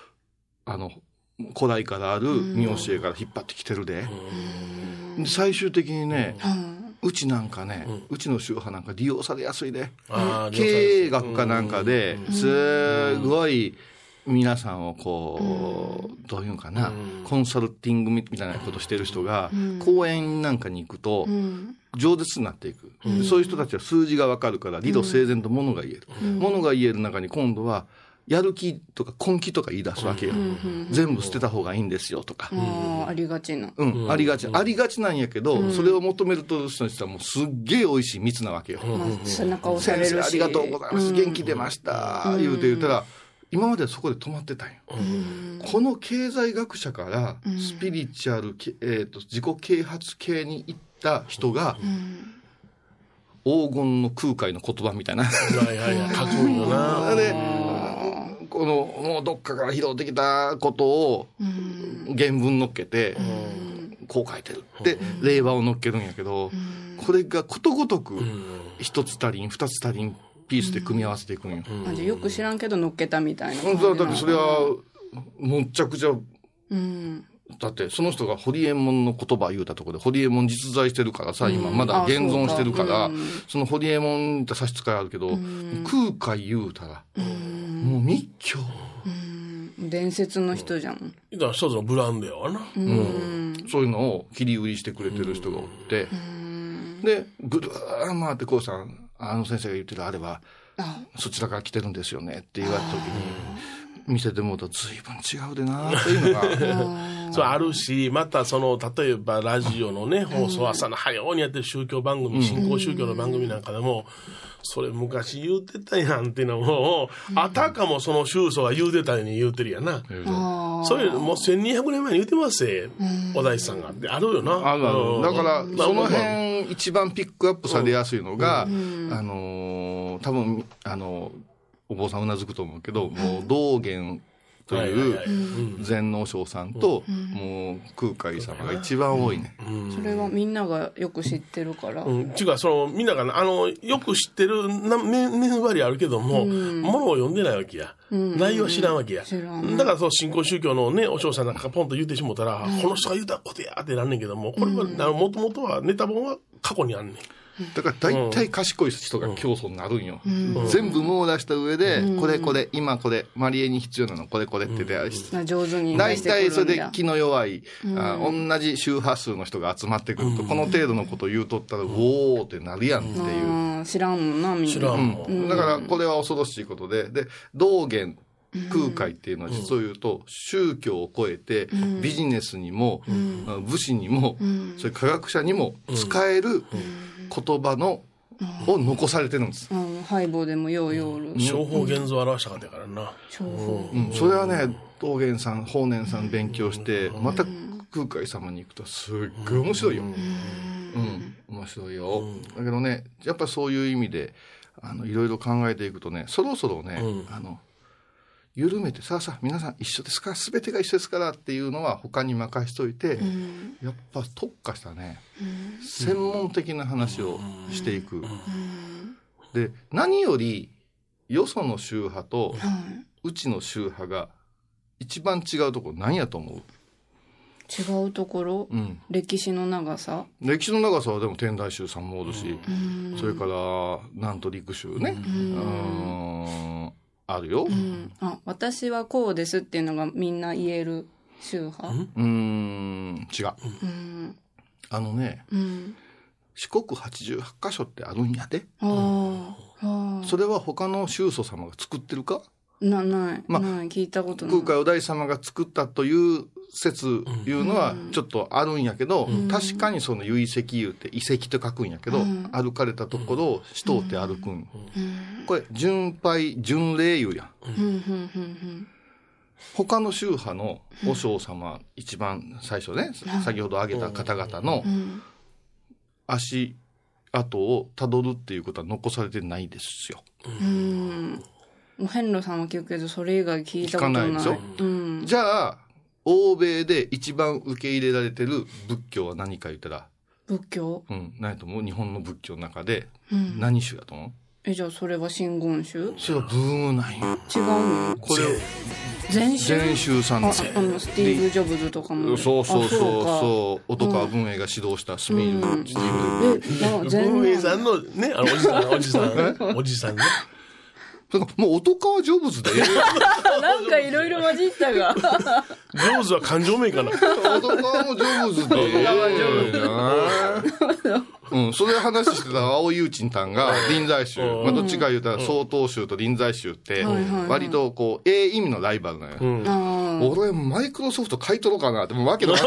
古代からある見教えから引っ張ってきてるで。最終的にね、うちなんかね、うちの宗派なんか利用されやすいで。経営学かなんかで、すごい皆さんをこう、どういうんかな、コンサルティングみたいなことしてる人が、講演なんかに行くと、饒舌になっていく。そういう人たちは数字がわかるから、理路整然と物が言える。物が言える中に今度は、やる気とか根気とか言い出すわけよ。全部捨てた方がいいんですよとか。 ありがちな。 ありがち。ありがちなんやけど、それを求めると人にしたらもうすっげえ美味しい蜜なわけよ。 背中押されるし。 ありがとうございます。元気出ました。言ったら、今まではそこで止まってたんよ。この経済学者からスピリチュアル、自己啓発系に行った人が、黄金の空海の言葉みたいな。 かっこいいよな。 このもうどっかから拾ってきたことを原文乗っけてこう書いてるって令和を乗っけるんやけど、これがことごとく一つ足りん二つ足りんピースで組み合わせていくんよ。 じゃよく知らんけど乗っけたみたいな感じだってそれはむっちゃくちゃ、だってその人がホリエモンの言葉言うたところでホリエモン実在してるからさ、今まだ現存してるから、そのホリエモンって差し支えあるけど、空海言うたらもう密教、 伝説の人じゃん。 だから一つのブランドやわな。 そういうのを切り売りしてくれてる人がおって、でぐるー回ってこうさん、先生が言ってるあればそちらから来てるんですよねって言われた時に見せてもらうと随分違うでなっていうのがそうあるし、またその例えばラジオのね放送朝の早うにやってる宗教番組、新興宗教の番組なんかでもそれ昔言うてたやんっていうのも、あたかもその宗祖が言うてたように言うてるやな。それもう1200年前に言うてますよ、お大師さんがってあるよな。 ある。だからその辺一番ピックアップされやすいのが、多分お坊さんうなずくと思うけど、もう道元という禅の和尚さんと、もう空海様が一番多いね。 それはみんながよく知ってるから。 違う、そのみんながよく知ってる目張りあるけども、ものを読んでないわけや。内容は知らんわけや。だからそう新興宗教のねお尚さんなんかポンと言ってしもたら、この人が言うたことやってなんねんけども、これはもともとはネタ本は過去にあんねん。 だから大体賢い人が教祖になるんよ。全部網羅した上で、これ、今これ、マリエに必要なの、これって言って、 上手に大体それで気の弱い、同じ宗派数の人が集まってくると、この程度のことを言うとったら、おーってなるやんっていう。 知らんもんな、みんな。 知らんもん。 だからこれは恐ろしいことで、道元、空海っていうのは実を言うと、宗教を超えてビジネスにも武士にもそれ科学者にも使える言葉を残されてるんです。 ハイボーでもようよう情報現像を表したかったからな。 それはね、道元さん法然さん勉強してまた空海様に行くとすっごい面白いよ。面白いよ。だけどね、やっぱそういう意味でいろいろ考えていくとね、そろそろね、緩めてさあ皆さん一緒ですか、全てが一緒ですからっていうのは他に任しといて、やっぱ特化したね、専門的な話をしていく。で何よりよその宗派とうちの宗派が一番違うところ何やと思う？ 違うところ、歴史の長さ。 歴史の長さはでも天台宗さんもおるし、それから南都陸宗ね、あるよ。 私はこうですっていうのがみんな言える宗派？違う。 四国88カ所ってあるんやで。それは他の宗祖様が作ってるか？ ない聞いたことない。 空海お大師様が作ったという説いうのはちょっとあるんやけど、確かにその遺跡言うて遺跡と書くんやけど、歩かれたところをしとうて歩くん、これ巡拝巡礼言うやん、他の宗派の和尚様、一番最初ね、先ほど挙げた方々の足跡をたどるっていうことは残されてないですよ。 もう遍路さんは聞くけどそれ以外聞いたことない。 聞かないでしょ、じゃあ欧米で一番受け入れられてる仏教は何か言ったら、 仏教、 何やと思う？日本の仏教の中で何宗やと思う？ じゃあそれは真言宗？ それはブーなんよ。 違うの？ これ禅宗？ 禅宗さんです。 スティーブ・ジョブズとかも。 そう音川文英が指導したスミルスティーブ文英さんのね、おじさんね。 もう音川ジョブズでなんかいろいろ混じったがジョブズは感情名かな。 音川もジョブズでそれ話してた青井雄鎮さんが臨済宗、どっちか言うたら曹洞宗と臨済宗って割とこう意味のライバルなんや、俺マイクロソフト買い取ろうかなってもうわけのわ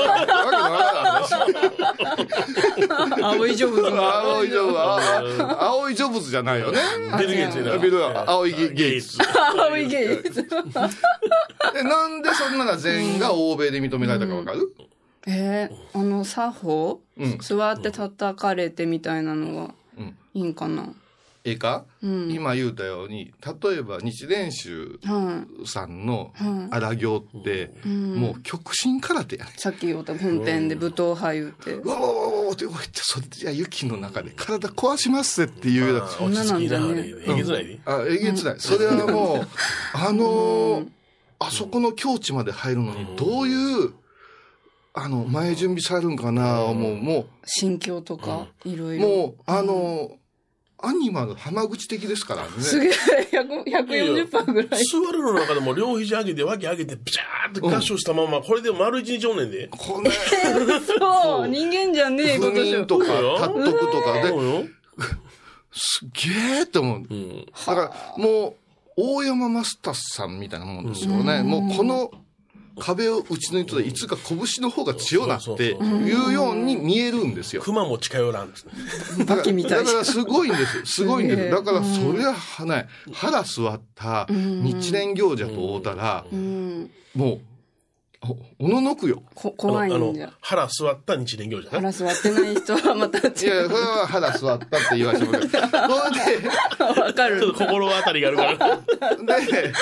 からない青井ジョブズ青井ジョブズじゃないよね。 ビル・ゲイツやな。青井ゲイツ。 青井ゲイツ。 なんでそんなら禅が欧米で認められたかわかる？ 作法、座って叩かれてみたいなのがいいんかな。 今言うたように、例えば日蓮宗さんの荒行って、もう極真空手やね。 さっき言った本編で武闘派言うて。 わって言って、それじゃ雪の中で体壊しますっていうような。 そんななんだね。 えげつないで。 えげつない。それはもう、あそこの境地まで入るのに、どういう、前準備されるんかな、もう。 心境とか、いろいろ。 もう、アニマル浜口的ですからね。 すげえ、140%ぐらい。 座るの中でも両肘上げて、脇上げて、ピシャーって合唱したまま、これで丸一日おんねんで。 これ。 そう、人間じゃねえことしよ。 とか、たっとくとかで、すげえって思う。だから、もう、大山マスターさんみたいなもんですよね。もうこの、壁を打ち抜いたらいつか拳の方が強なっていうように見えるんですよ。 熊も近寄らんですね。 バキみたい。 だからすごいんです。すごいんです。だからそりゃね、腹座った日蓮行者と会うたら、もう、おののくよ。 怖いんじゃ。 腹座った日蓮行者ね。 腹座ってない人はまた違う。 いや、それは腹座ったって言わせてもらう。それで、 わかる。 ちょっと心当たりがあるから。 で、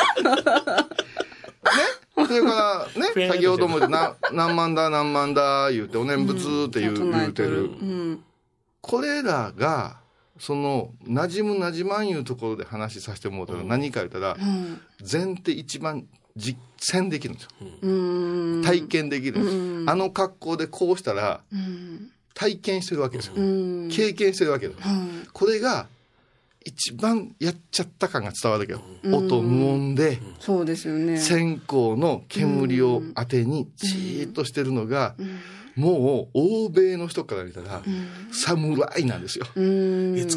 それからね、先ほども何万だ言うて、お念仏って言うてる。これらが、馴染まんいうところで話させてもらったら何か言ったら、禅って一番実践できるんですよ。体験できるんです。あの格好でこうしたら、体験してるわけですよ。経験してるわけです。これが、一番やっちゃった感が伝わるけど、音無音で、 そうですよね。 線香の煙を当てにじーっとしてるのが、もう欧米の人から見たら、侍なんですよ。 It's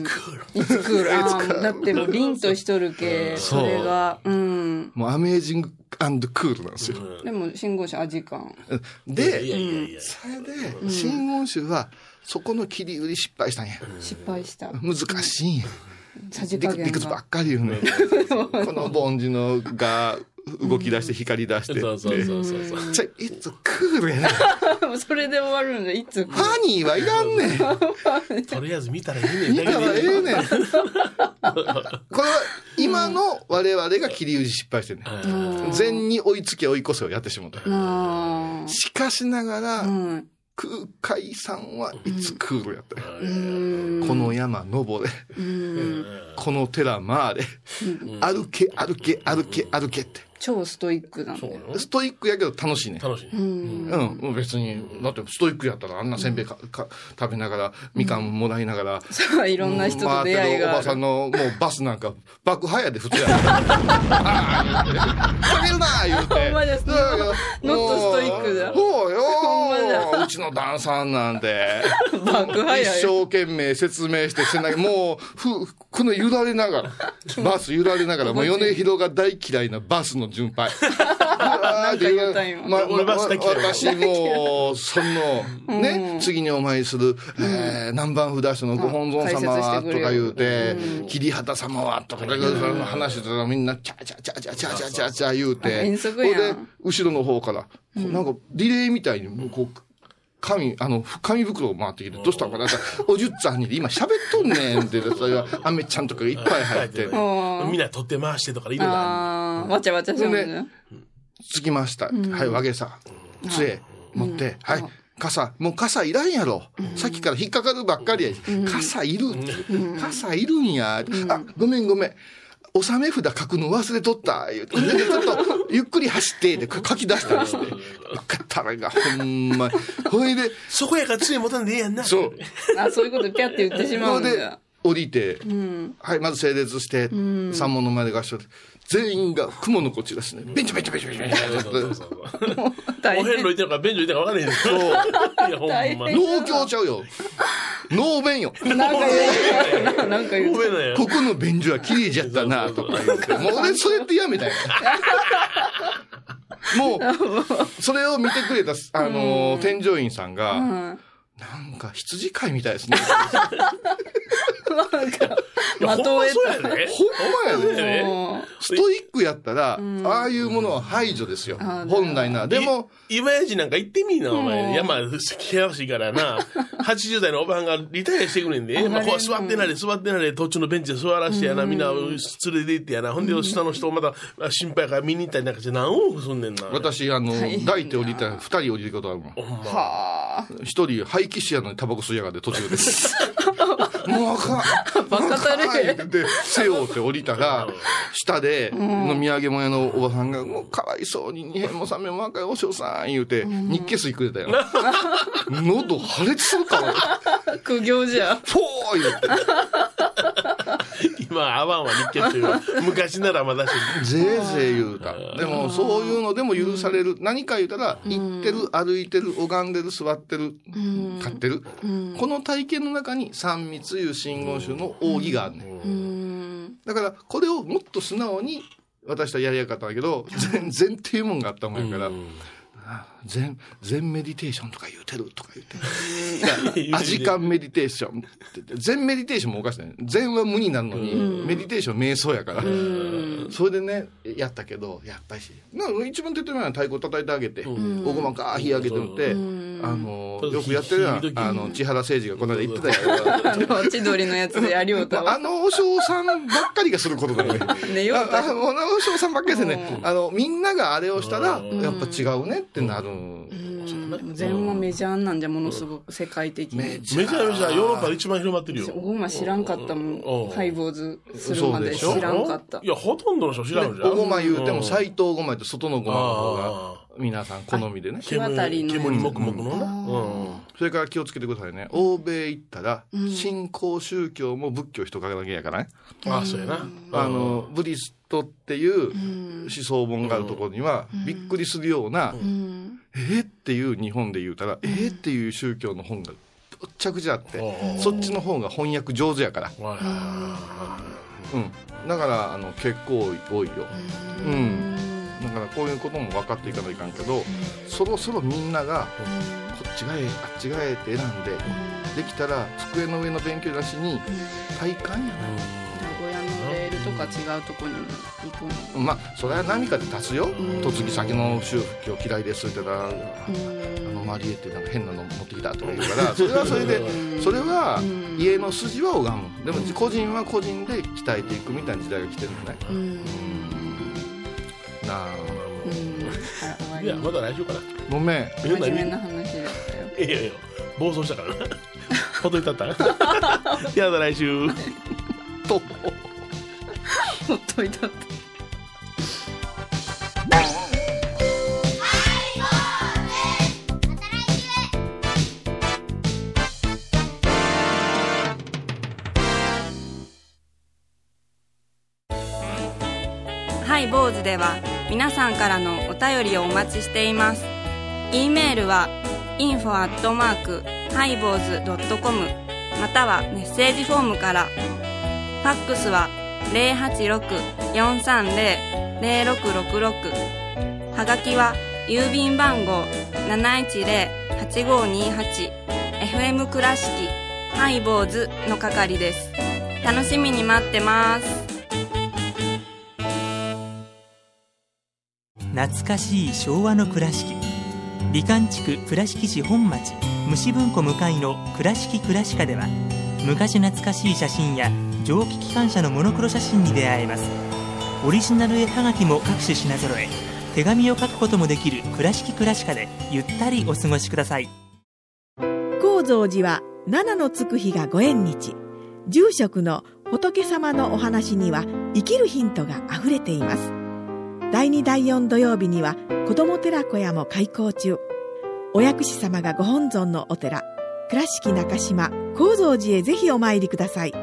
cool. だってもう凛としとるけ、それが、 もうアメージング&クールなんですよ。 でも、真言宗味感。 で、それで、真言宗は、そこの切り売り失敗したんや。 失敗した。 難しいんや。 さじ加減が。 理屈ばっかり言うね。この凡字のが動き出して光り出してって。 そう。 いつクールやね。 それで終わるんで、いつファニーはいらんねん。 とりあえず見たらええねん。 見たらええねん。これは今の我々が切り売り失敗してるね。禅に追いつけ追い越せをやってしまった。しかしながら、空海さんはいつクールやったよ。この山登れ。この寺回れ。歩けって。 超ストイックなんで。 ストイックやけど楽しいね。 楽しい。 別に、だってストイックやったらあんなせんべい食べながら、みかんもらいながら。 そう、いろんな人と出会いがある。 おばさんのもうバスなんか爆破やで普通やで。ああ、言うて。な言うて。 ほんまです。ノットストイックだ。 そうよ。うちの旦さんなんて。 爆破や。 一生懸命説明して背中、もう、この揺られながら、バス揺られながら、もう米広が大嫌いなバスの巡拝。 なんか言うたんよ。 私も、その、ね、次にお参りする、南蛮札所のご本尊様は、とか言うて、桐畑様は、とか、話してたらみんな、チャーチャーチャーチャーチャーチャーチャーチャー言うて、 遠足やん。 で、後ろの方から、なんか、リレーみたいに、こう、紙袋を回ってきて、どうしたのかなっておじゅっつぁんに今喋っとんねんって、それが、アメちゃんとかがいっぱい入って。 みんな取って回してとかいろいろある。わちゃわちゃしてるね。 着きました。はい、和げさ。杖、持って、はい。傘、もう傘いらんやろ。さっきから引っかかるばっかりや。傘いる。傘いるんや。あ、ごめん。納め札書くの忘れとった。言うて、ちょっと、ゆっくり走って、で、書き出したりして。分かったらが、ほんま。ほいで、 そこやから杖持たんでええやんな。 そう。 そういうことピャって言ってしまうんだ。 で、降りて、はい、まず整列して、山門の前で合唱で、全員が雲のこちらですね。ベンチ。 お遍路行ってるから便所行ってるか分からへんねん。そう。いや、ほんま。 農協ちゃうよ。農弁よ。 なんか言う。 ここの便所は綺麗じゃったな、とか言って。もう俺、それってやめたよ。もう、それを見てくれた、添乗員さんが、なんか羊飼いみたいですね。 なんか、的を得た。 ほんまやね。ストイックやったら、ああいうものは排除ですよ。本来な。でも、 今やじなんか行ってみーな、お前。山、険しいからな。80代のおばはんがリタイアしてくれんで。まあ、こう座ってなれ、途中のベンチで座らしてやな、みんな連れて行ってやな。ほんで、下の人また心配から見に行ったりなんかして何往復すんねんな。 私、抱いて降りたら2人降りることあるもん。1人、廃棄士やのにタバコ吸いやがって途中です。もうあかん。 バカたれ。 で、背負って降りたら、下で、の土産物屋のおばさんが、もうかわいそうに、2遍も3遍も若いお嬢さん言うて、日記水くれたよ。喉破裂するかも。 苦行じゃ。 フォー言うて。 今、アワンは日記水は、昔ならまだし。 ぜいぜい言うた。でも、そういうのでも許される。何か言うたら、行ってる、歩いてる、拝んでる、座ってる、立ってる。この体験の中に、三密いう真言宗の奥義があるねん。だから、これをもっと素直に、私はやりやがったんだけど、禅っていうもんがあったもんやから、禅メディテーションとか言うてるとか言って。アジカンメディテーションって言って、禅メディテーションもおかしいね。禅は無になるのに、メディテーション瞑想やから。それでね、やったけど、やっぱり一番手っ取り早いのは太鼓叩いてあげて、おごまか火あげてみて、よくやってるやん。千原誠二がこの間言ってたよ。千鳥のやつでやりようたわ。 お嬢さんばっかりがすることだね。お嬢さんばっかりですね。みんながあれをしたら、やっぱ違うねってなる。 禅はメジャーなんじゃ、ものすごく世界的に。 メジャーヨーロッパで一番広まってるよ。 おごま知らんかったもん。ハイボーズするまで知らんかった。 いや、ほとんどの人知らんじゃん。 おごま言うても、斎藤ごまって外のごまの方が、皆さん好みでね。 煙もくもくのな。 それから気をつけてくださいね。欧米行ったら、新興宗教も仏教人かけやからね。 あ、そうやな。 ブディストっていう思想本があるところには、びっくりするような、っていう日本で言うたら、っていう宗教の本がぶっちゃくちゃあって、そっちの方が翻訳上手やから。だから結構多いよ。だからこういうことも分かっていかないかんけど、そろそろみんながこっちがええあっちがええって選んで、できたら机の上の勉強なしに体感やな。 名古屋のレールとか違うとこにも行くの。 まあそれは何かで立つよ。嫁ぎ先の宗教嫌いですって言ったら、マリエってなんか変なの持ってきたとか言うから、それはそれで、それは家の筋は拝む。でも個人は個人で鍛えていくみたいな時代が来てるんじゃないかな。 いや、まだ来週かな。 ごめん。 真面目な話だったよ。 いや暴走したからな。ほっといたった。やだ来週。 ほっといたった。 ハイボーズでは皆さんからのお便りをお待ちしています。 E メールは info@highboz.com またはメッセージフォームから。ファックスは 086-430-0666。はがきは郵便番号 710-8528 FM 倉敷ハイボーズの係です。楽しみに待ってます。 懐かしい昭和の倉敷。美観地区倉敷市本町虫文庫向かいの倉敷倉歯科では、昔懐かしい写真や蒸気機関車のモノクロ写真に出会えます。オリジナル絵はがきも各種品揃え、手紙を書くこともできる倉敷倉歯科でゆったりお過ごしください。 高蔵寺は七のつく日がご縁日。住職の仏様のお話には生きるヒントがあふれています。第2第4土曜日には子ども寺小屋も開校中。お薬師様がご本尊のお寺、倉敷中島・高蔵寺へぜひお参りください。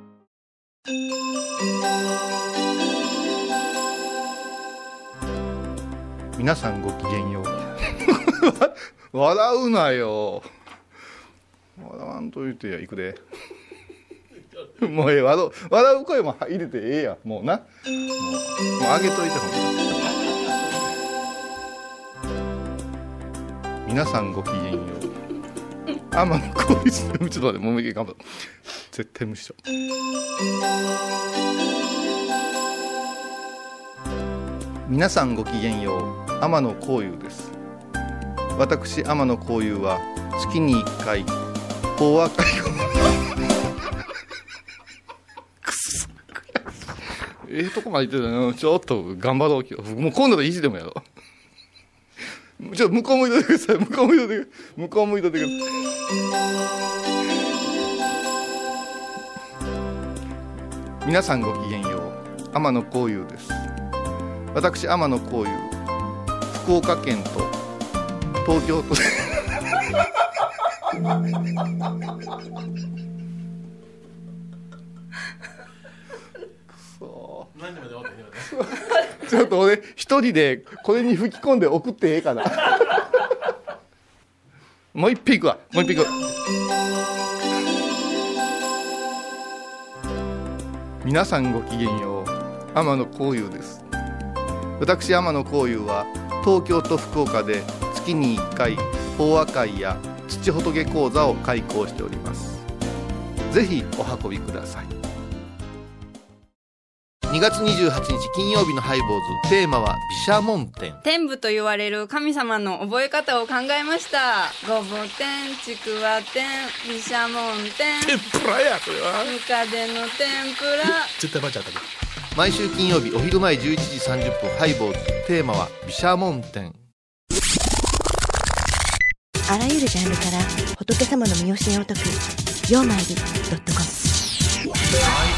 皆さんごきげんよう。笑うなよ。笑わんと言うてや、いくで。もうええ、笑う声も入れてええや、もうな。もうあげといてほんと。皆さんごきげんよう。天野浩一。ちょっと待って、もう一回頑張る。絶対無視しよう。皆さんごきげんよう。天野幸雄です。私天野幸雄は月に1回法話会をとこまで言ってたの。ちょっと頑張ろう。もう今度で意地でもやろう。ちょっと向こう向いといてください。向こう向いといてください。皆さんごきげんよう。天野幸雄です。私天野幸雄、福岡県と東京都でちょっと俺一人でこれに吹き込んで送ってええかな。もう一匹いくわ。皆さんごきげんよう。天野幸雄です。私天野幸雄は東京と福岡で月に1回法話会や土仏講座を開講しております。ぜひお運びください。2月28日金曜日のハイボーズ、テーマは毘沙門天。 天部と言われる神様の覚え方を考えました。ごぼ天、ちくわ天、毘沙門天。 天ぷらや、これは。 ムカデの天ぷら。 絶対バチ当たる。 毎週金曜日お昼前11時30分、ハイボーズ、テーマは毘沙門天。 あらゆるジャンルから仏様の身教えを解く曜マイル.com。